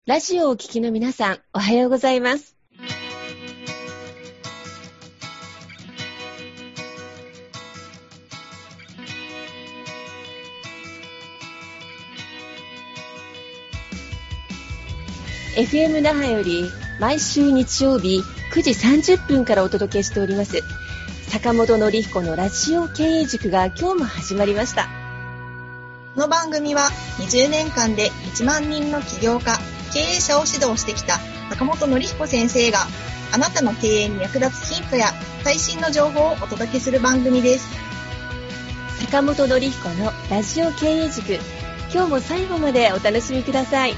ラジオをお聞きの皆さん、おはようございます。FM 那覇より毎週日曜日9時30分からお届けしております坂本典彦のラジオ経営塾が今日も始まりました。 この番組は20年間で1万人の起業家、経営者を指導してきた坂本典彦先生があなたの経営に役立つヒントや最新の情報をお届けする番組です。 坂本典彦のラジオ経営塾、今日も最後までお楽しみください。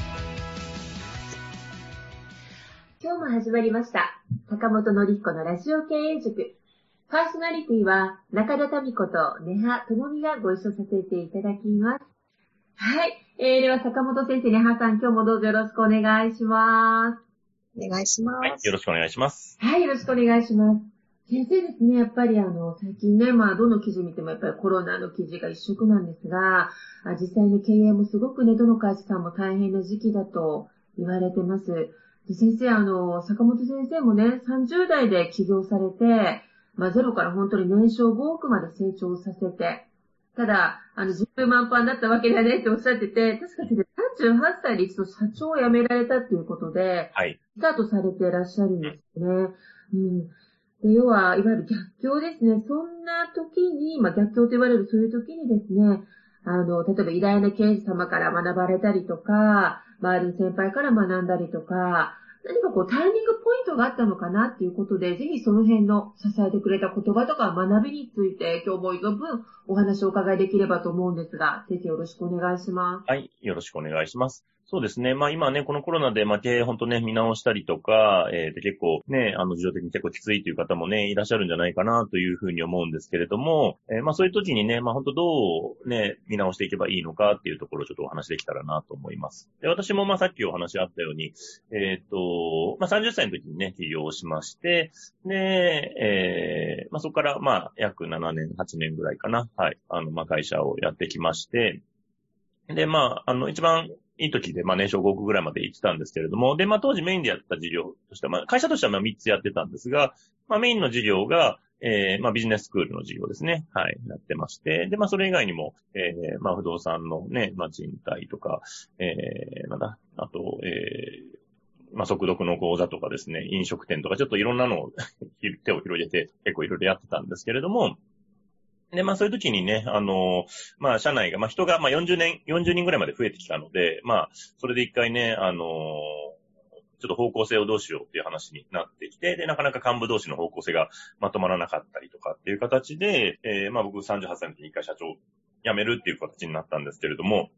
今日も始まりました坂本典彦のラジオ経営塾。パーソナリティは中田民子と根葉智美がご一緒させていただきます。はい、では坂本先生、根葉さん、今日もどうぞよろしくお願いします。 お願いします。 はい、よろしくお願いします。 はい、よろしくお願いします。先生ですね、やっぱり最近ね、どの記事見てもやっぱりコロナの記事が一色なんですが、実際に経営もすごくね、どの会社さんも大変な時期だと言われてます。で、先生、坂本先生もね、30代で起業されて、ゼロから本当に年商5億まで成長させて、ただ、自由満帆だったわけだねっておっしゃってて、確かに38歳で一度社長を辞められたっていうことで、 はい。 スタートされていらっしゃるんですね。で、要は、いわゆる逆境ですね。そんな時に、逆境と言われるそういう時にですね、例えば偉大な経営者様から学ばれたりとか、周りの先輩から学んだりとか、何かタイミングポイントがあったのかなっていうことで、ぜひその辺の支えてくれた言葉とか学びについて、今日も存分お話をお伺いできればと思うんですが、先生よろしくお願いします。 はい、よろしくお願いします。そうですね。今ね、このコロナで、経営本当ね、見直したりとか、結構ね、事情的に結構きついという方もね、いらっしゃるんじゃないかなというふうに思うんですけれども、そういう時にね、本当どうね、見直していけばいいのかっていうところをちょっとお話できたらなと思います。で、私もさっきお話あったように、30歳の時にね、起業しまして、で、そこから約7年、8年ぐらいかな。はい。会社をやってきまして、で、一番いい時で、年商5億ぐらいまで行ってたんですけれども、で、当時メインでやった事業としては、会社としては3つやってたんですが、メインの事業が、ビジネススクールの事業ですね。はい、やってまして、で、それ以外にも、不動産のね、賃貸とか、あと、速読の講座とかですね、飲食店とか、ちょっといろんなのを手を広げて、結構いろいろやってたんですけれども、で、そういう時にね、社内が、人が、40人ぐらいまで増えてきたので、それで一回ね、ちょっと方向性をどうしようっていう話になってきて、で、なかなか幹部同士の方向性がまとまらなかったりとかっていう形で、僕38歳の時に一回社長を辞めるっていう形になったんですけれども、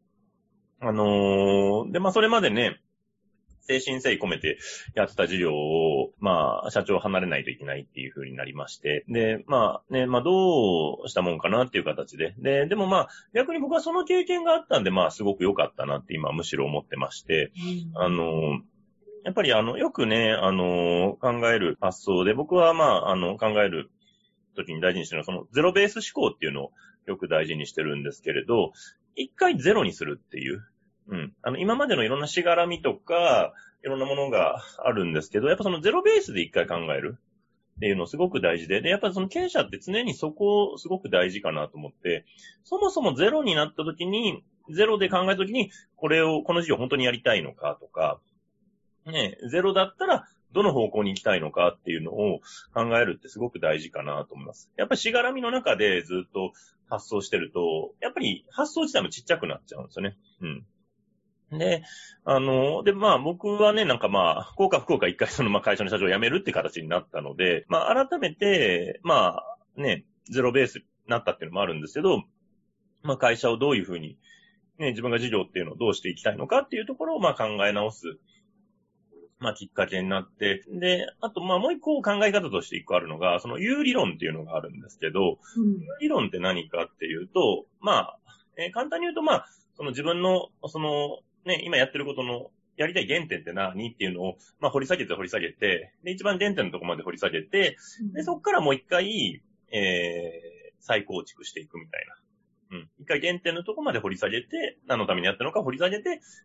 で、それまでね、誠心誠意込めてやってた事業を、社長を離れないといけないっていう風になりまして、で、どうしたもんかなっていう形で、でも逆に僕はその経験があったんで、すごく良かったなって今むしろ思ってまして、やっぱりよくね、考える発想で、僕は考える時に大事にしてるのは、そのゼロベース思考っていうのをよく大事にしてるんですけれど、一回ゼロにするっていう、今までのいろんなしがらみとか、いろんなものがあるんですけど、やっぱそのゼロベースで一回考えるっていうのすごく大事で、で、やっぱその経営者って常にそこすごく大事かなと思って、そもそもゼロになった時に、ゼロで考えた時に、この事業本当にやりたいのかとか、ね、ゼロだったらどの方向に行きたいのかっていうのを考えるってすごく大事かなと思います。やっぱりしがらみの中でずっと発想してると、やっぱり発想自体もちっちゃくなっちゃうんですよね。で、僕はね、幸か不幸か一回会社の社長を辞めるって形になったので、改めて、ゼロベースになったっていうのもあるんですけど、会社をどういうふうに、ね、自分が事業っていうのをどうしていきたいのかっていうところを考え直す、きっかけになって、で、あと、もう一個考え方として一個あるのが、その有理論っていうのがあるんですけど、有理論って何かっていうと、簡単に言うと、その自分の、今やってることのやりたい原点って何っていうのを、掘り下げて、で、一番原点のところまで掘り下げて、で、そこからもう一回、再構築していくみたいな。一回原点のところまで掘り下げて、何のためにやったのか掘り下げて、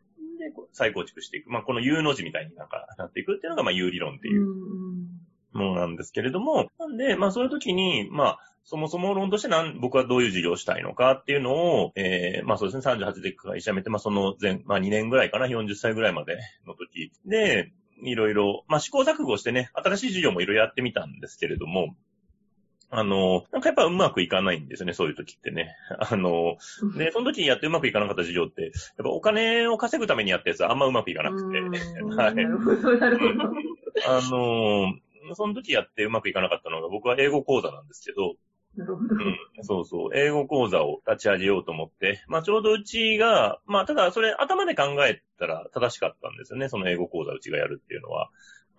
で、再構築していく。まあ、この U の字みたいになんかなっていくっていうのが、まあ、U 理論っていうものなんですけれども、なんで、まあ、そういう時に、まあ、そもそも論として僕はどういう事業をしたいのかっていうのを、まあそうですね、38で会社辞めて、まあそのまあ2年ぐらいかな、40歳ぐらいまでの時で、いろいろ、まあ試行錯誤してね、新しい事業もいろいろやってみたんですけれども、なんかやっぱうまくいかないんですよね、そういう時ってね。で、その時やってうまくいかなかった事業って、やっぱお金を稼ぐためにやったやつはあんまうまくいかなくて。 はい。なるほど、なるほど。 その時やってうまくいかなかったのが、僕は英語講座なんですけど、 なるほど。 そうそう。英語講座を立ち上げようと思って。まあちょうどうちが、まあただそれ頭で考えたら正しかったんですよね。その英語講座うちがやるっていうのは。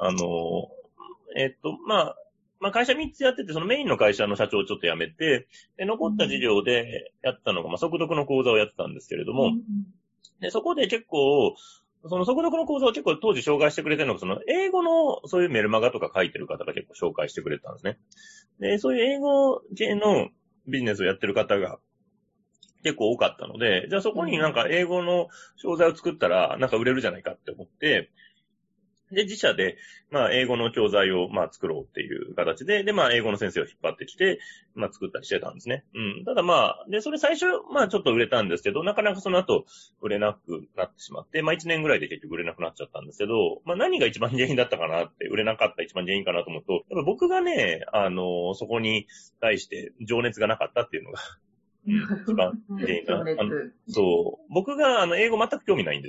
まあ会社3つやってて、そのメインの会社の社長をちょっと辞めて、で、残った事業でやったのが、まあ速読の講座をやってたんですけれども、で、そこで結構、その速読の講座を結構当時紹介してくれてるのが、その英語のそういうメルマガとか書いてる方が結構紹介してくれたんですね。で、そういう英語系のビジネスをやってる方が結構多かったので、じゃあそこになんか英語の商材を作ったらなんか売れるじゃないかって思って、で、自社で、まあ、英語の教材を、まあ、作ろうっていう形で、で、まあ、英語の先生を引っ張ってきて、まあ、作ったりしてたんですね。ただまあ、で、それ最初、まあ、ちょっと売れたんですけど、なかなかその後、売れなくなってしまって、まあ、1年ぐらいで結局売れなくなっちゃったんですけど、まあ、何が一番原因だったかなって、売れなかった一番原因かなと思うと、やっぱ僕がね、そこに対して情熱がなかったっていうのが、一番原因だな。そう。僕が、英語全く興味ないんです。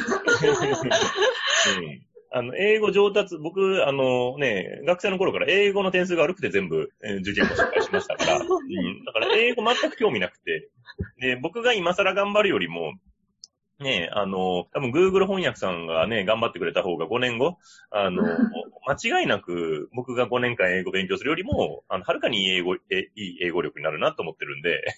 英語上達、僕、学生の頃から英語の点数が悪くて全部、受験も失敗しましたから、だから英語全く興味なくて、で、僕が今更頑張るよりも、ね、多分 Google 翻訳さんがね、頑張ってくれた方が5年後、間違いなく僕が5年間英語勉強するよりも、はるかにいい英語力になるなと思ってるんで、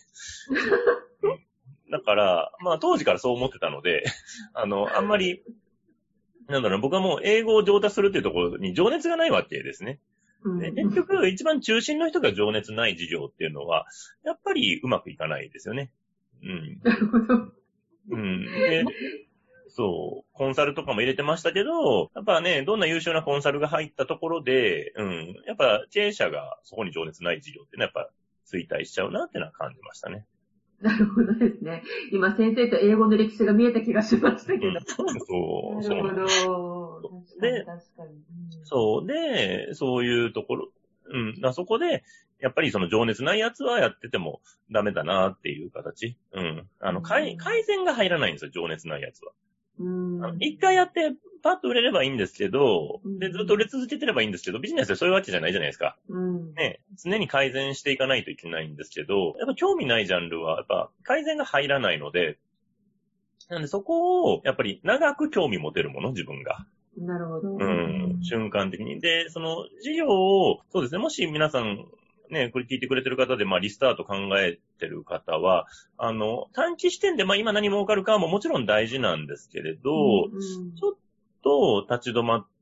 だから、まあ当時からそう思ってたので、あんまり、なんだろう、僕はもう英語を上達するっていうところに情熱がないわけですね。で結局、一番中心の人が情熱ない事業っていうのは、やっぱりうまくいかないですよね。 なるほど。 で、そう、コンサルとかも入れてましたけど、やっぱね、どんな優秀なコンサルが入ったところで、やっぱ経営者がそこに情熱ない事業っていうのはやっぱ衰退しちゃうなっていうのは感じましたね。 なるほどですね。今先生と英語の歴史が見えた気がしましたけど。 そう。 なるほど。 で、そう。で、そういうところ、そこで、やっぱりその情熱ないやつはやっててもダメだなっていう形。改善が入らないんですよ、情熱ないやつは。一回やってパッと売れればいいんですけど、で、ずっと売れ続けてればいいんですけど、ビジネスでそういうわけじゃないじゃないですか。ね、常に改善していかないといけないんですけど、やっぱ興味ないジャンルは、やっぱ改善が入らないので、なんでそこを、やっぱり長く興味持てるもの、自分が。 なるほど。 瞬間的に。で、その事業を、そうですね、もし皆さん、ね、これ聞いてくれてる方で、まあ、リスタート考えてる方は、短期視点で、まあ、今何儲かるかももちろん大事なんですけれど、ちょっと立ち止まって、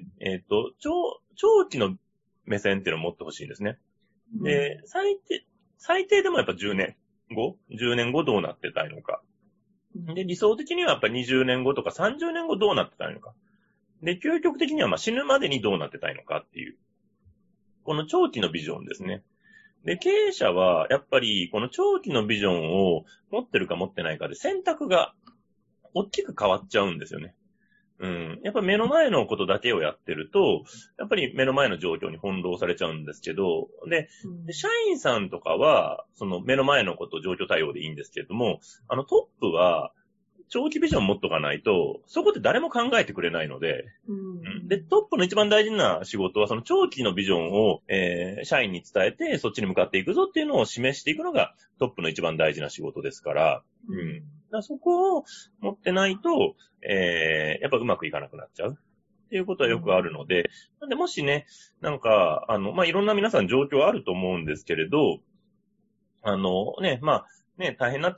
長期の目線っていうのを持ってほしいんですね。で、最低でもやっぱ10年後どうなってたいのか。で、理想的にはやっぱ20年後とか30年後どうなってたいのか。で、究極的にはまあ死ぬまでにどうなってたいのかっていう。この長期のビジョンですね。で、経営者は、やっぱり、この長期のビジョンを持ってるか持ってないかで選択が大きく変わっちゃうんですよね。やっぱり目の前のことだけをやってると、やっぱり目の前の状況に翻弄されちゃうんですけど、で、社員さんとかは、その目の前のこと状況対応でいいんですけれども、トップは、長期ビジョン持っとかないと、そこで誰も考えてくれないので、で、トップの一番大事な仕事は、その長期のビジョンを、社員に伝えて、そっちに向かっていくぞっていうのを示していくのが、トップの一番大事な仕事ですから、だからそこを持ってないと、やっぱうまくいかなくなっちゃうっていうことはよくあるので、なんでもしね、なんか、まあ、いろんな皆さん状況あると思うんですけれど、まあ、ね、大変になった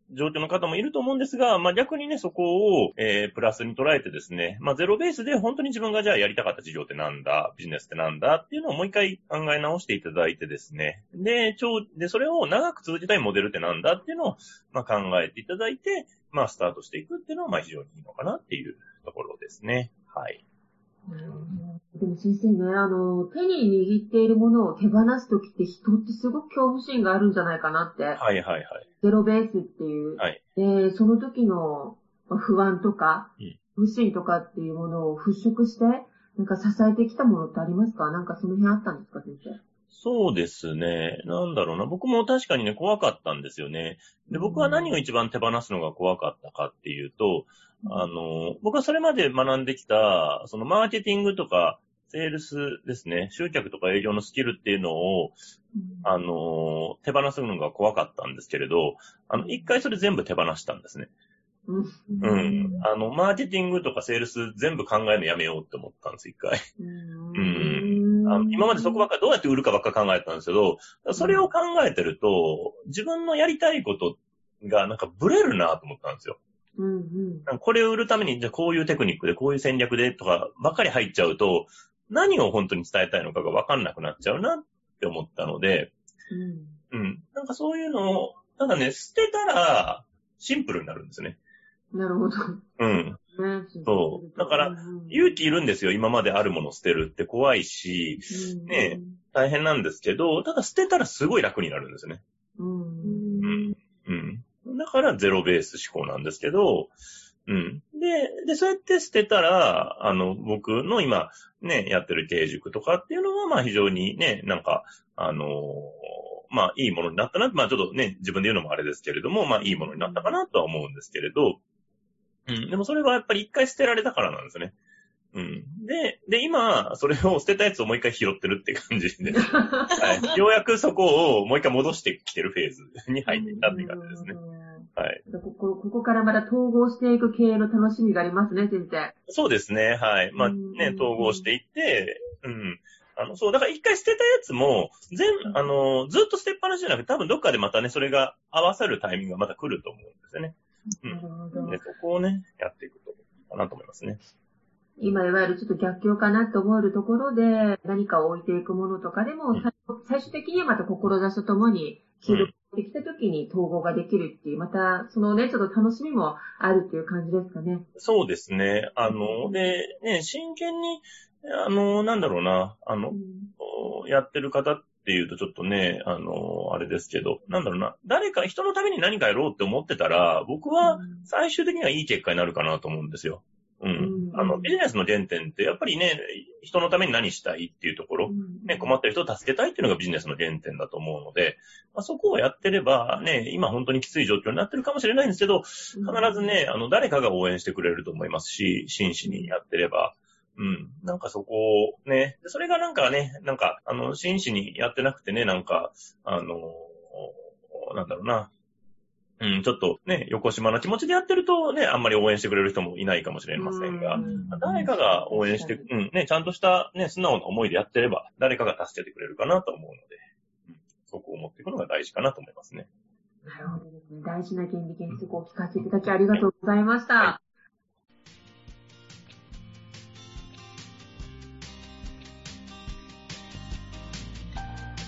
状況の方もいると思うんですが、逆にね、そこを、プラスに捉えてですね、ゼロベースで本当に自分がじゃあやりたかった事業ってなんだ、ビジネスってなんだっていうのをもう一回考え直していただいてですね、で、それを長く続けたいモデルってなんだっていうのを、考えていただいて、スタートしていくっていうのは、非常にいいのかなっていうところですね。はい。 でも先生ね、手に握っているものを手放すときって人ってすごく恐怖心があるんじゃないかなって。 はいはいはい。 ゼロベースっていう。 はい。 で、その時の不安とか、不信とかっていうものを払拭して、なんか支えてきたものってありますか？なんかその辺あったんですか、先生？ そうですね。なんだろうな。僕も確かにね、怖かったんですよね。で、僕は何を一番手放すのが怖かったかっていうと、僕はそれまで学んできた、そのマーケティングとか、セールスですね、集客とか営業のスキルっていうのを、手放すのが怖かったんですけれど、一回それ全部手放したんですね。マーケティングとかセールス全部考えるのやめようって思ったんです、一回。今までそこばっかどうやって売るかばっか考えたんですけど、それを考えてると、自分のやりたいことがなんかブレるなと思ったんですよ。これを売るために、じゃあこういうテクニックで、こういう戦略でとかばっかり入っちゃうと、何を本当に伝えたいのかがわかんなくなっちゃうなって思ったので、なんかそういうのを、ただね、捨てたらシンプルになるんですね。 なるほど。 そう。だから、勇気いるんですよ。今まであるものを捨てるって怖いし、ね、大変なんですけど、ただ捨てたらすごい楽になるんですね。だからゼロベース思考なんですけど、で、そうやって捨てたら、僕の今、ね、やってる経営塾とかっていうのは、非常にね、なんか、いいものになったな。ちょっとね、自分で言うのもあれですけれども、いいものになったかなとは思うんですけれど、でもそれはやっぱり一回捨てられたからなんですね。で、今、それを捨てたやつをもう一回拾ってるって感じで、はい。ようやくそこをもう一回戻してきてるフェーズに入ってきたって感じですね。はい。 ここからまた統合していく経営の楽しみがありますね、先生。 そうですね、はい。統合していって、そう、だから一回捨てたやつも、ずっと捨てっぱなしじゃなくて、多分どっかでまたね、それが合わさるタイミングがまた来ると思うんですよね。なるほど。で、そこをね、やっていくといいかなと思いますね。 今いわゆるちょっと逆境かなと思えるところで、何かを置いていくものとかでも、最終的にはまた志とともに、起動してきた時に統合ができるっていう、また、そのね、ちょっと楽しみもあるっていう感じですかね。 そうですね。で、ね、真剣に、なんだろうな、やってる方っていうとちょっとね、あれですけど、なんだろうな、人のために何かやろうって思ってたら、僕は最終的にはいい結果になるかなと思うんですよ。ビジネスの原点ってやっぱりね、人のために何したいっていうところ、ね、困ってる人を助けたいっていうのがビジネスの原点だと思うので、そこをやってればね、今本当にきつい状況になってるかもしれないんですけど、必ずね、誰かが応援してくれると思いますし、真摯にやってれば、なんかそこをね、それがなんかね、なんか、真摯にやってなくてね、なんか、なんだろうな、ちょっとね、横島な気持ちでやってるとね、あんまり応援してくれる人もいないかもしれませんが、誰かが応援して、ね、ちゃんとしたね、素直な思いでやってれば、誰かが助けてくれるかなと思うので、そこを持っていくのが大事かなと思いますね。 なるほどですね。大事な原理原則を聞かせていただきありがとうございました。はい、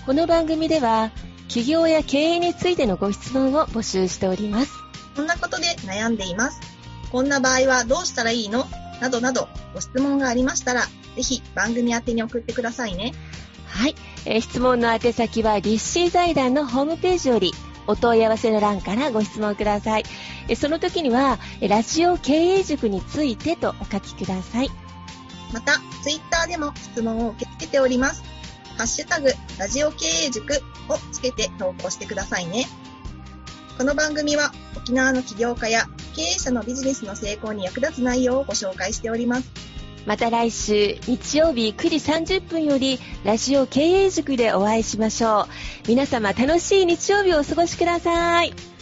この番組では起業や経営についてのご質問を募集しております。 こんなことで悩んでいます。こんな場合はどうしたらいいの？などなどご質問がありましたら、ぜひ番組宛てに送ってくださいね。 はい、質問の宛先は立志財団のホームページよりお問い合わせの欄からご質問ください。その時にはラジオ経営塾についてとお書きください。 またツイッターでも質問を受け付けております。ハッシュタグラジオ経営塾をつけて投稿してくださいね。この番組は沖縄の起業家や経営者のビジネスの成功に役立つ内容をご紹介しております。 また来週日曜日9時30分よりラジオ経営塾でお会いしましょう。皆様楽しい日曜日をお過ごしください。